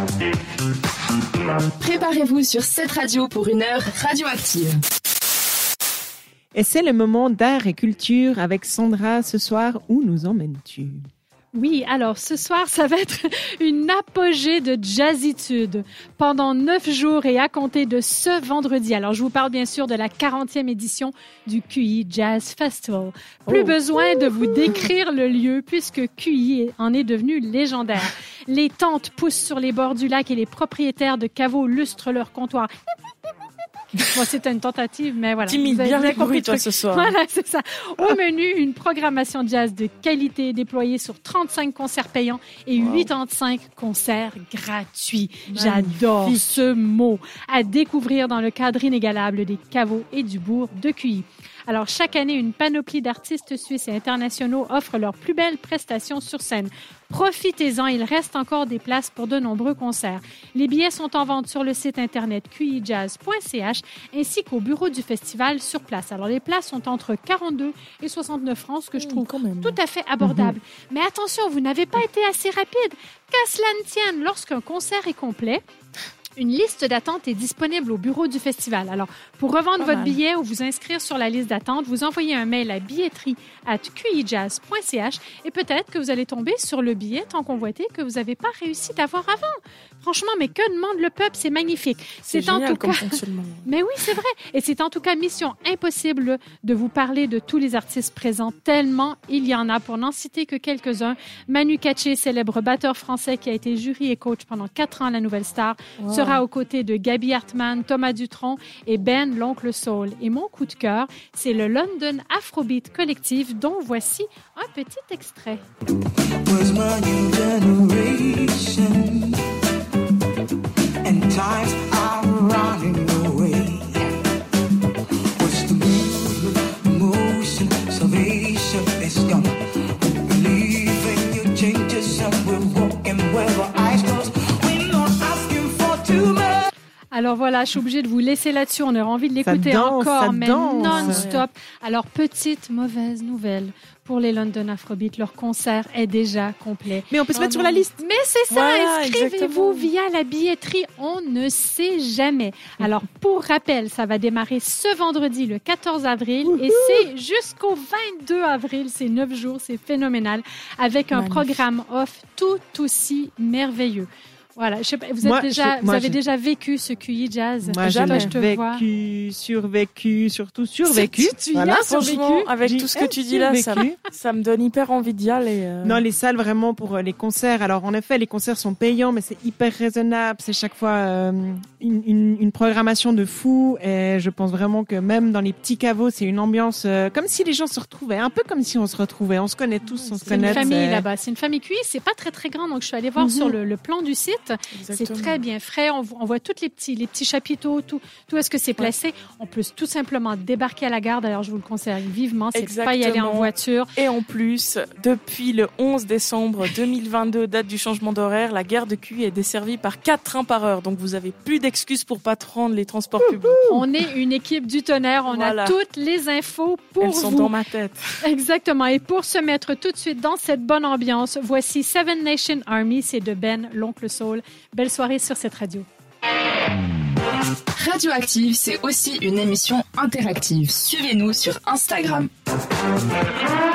Préparez-vous sur cette radio pour une heure radioactive. Et c'est le moment d'art et culture avec Sandra. Ce soir, où nous emmènes-tu? Oui, alors ce soir, ça va être une apogée de jazzitude pendant 9 jours et à compter de ce vendredi. Alors, je vous parle bien sûr de la 40e édition du QI Jazz Festival. Plus besoin de vous décrire le lieu puisque QI en est devenu légendaire. Les tentes poussent sur les bords du lac et les propriétaires de caveaux lustrent leur comptoir. Bon, c'était une tentative, mais voilà. Timide, bien compris toi ce soir. Voilà, c'est ça. Au menu, une programmation jazz de qualité déployée sur 35 concerts payants et 85 concerts gratuits. J'adore ce mot. À découvrir dans le cadre inégalable des caveaux et du bourg de QI. Alors, chaque année, une panoplie d'artistes suisses et internationaux offre leurs plus belles prestations sur scène. Profitez-en, il reste encore des places pour de nombreux concerts. Les billets sont en vente sur le site internet qijazz.ch ainsi qu'au bureau du festival sur place. Alors, les places sont entre 42 et 69 francs, ce que je trouve tout à fait abordable. Mais attention, vous n'avez pas été assez rapide. Qu'à cela ne tienne, lorsqu'un concert est complet, une liste d'attente est disponible au bureau du festival. Alors, pour revendre votre billet ou vous inscrire sur la liste d'attente, vous envoyez un mail à billetterie@qijazz.ch et peut-être que vous allez tomber sur le billet tant convoité que vous n'avez pas réussi d'avoir avant. Franchement, mais que demande le peuple? C'est magnifique. C'est génial en tout comme fonctionnement. Mais oui, c'est vrai. Et c'est en tout cas mission impossible de vous parler de tous les artistes présents, tellement il y en a. Pour n'en citer que quelques-uns, Manu Katché, célèbre batteur français qui a été jury et coach pendant 4 ans à la Nouvelle Star, sera aux côtés de Gaby Hartmann, Thomas Dutronc et Ben l'Oncle Soul. Et mon coup de cœur, c'est le London Afrobeat Collective dont voici un petit extrait. And times are running away. What's the movement, motion, salvation is gone. Believe in your changes and we're walking where our eyes close. We're not asking for too much. Alors voilà, je suis obligée de vous laisser là-dessus. On aurait envie de l'écouter encore, mais non-stop. Alors, petite mauvaise nouvelle pour les London Afrobeat. Leur concert est déjà complet. Mais on peut se mettre sur la liste. Mais c'est ça, voilà, inscrivez-vous via la billetterie. On ne sait jamais. Alors, pour rappel, ça va démarrer ce vendredi, le 14 avril, et c'est jusqu'au 22 avril. C'est 9 jours, c'est phénoménal, avec un programme off tout aussi merveilleux. Voilà, je sais pas, vous avez déjà vécu ce QI Jazz? Moi, j'ai survécu. Voilà, franchement, avec tout ce que tu dis là, ça me donne hyper envie d'y aller. Non, les salles vraiment pour les concerts. Alors, en effet, les concerts sont payants, mais c'est hyper raisonnable. C'est chaque fois une programmation de fou. Et je pense vraiment que même dans les petits caveaux, c'est une ambiance comme si les gens se retrouvaient, un peu comme si on se retrouvait. On se connaît tous, on se connaît. C'est une famille là-bas. C'est une famille QI. C'est pas très très grand, donc je suis allée voir sur le plan du site. Exactement. C'est très bien frais. On voit tous les petits chapiteaux, tout est-ce que c'est placé. On peut tout simplement débarquer à la gare. D'ailleurs, je vous le conseille vivement. C'est pas y aller en voiture. Et en plus, depuis le 11 décembre 2022, date du changement d'horaire, la gare de QI est desservie par 4 trains par heure. Donc, vous avez plus d'excuses pour pas prendre les transports publics. On est une équipe du tonnerre. On a toutes les infos pour vous. Elles sont dans ma tête. Exactement. Et pour se mettre tout de suite dans cette bonne ambiance, voici Seven Nation Army. C'est de Ben l'Oncle Soul. Belle soirée sur cette radio. Radioactive, c'est aussi une émission interactive. Suivez-nous sur Instagram.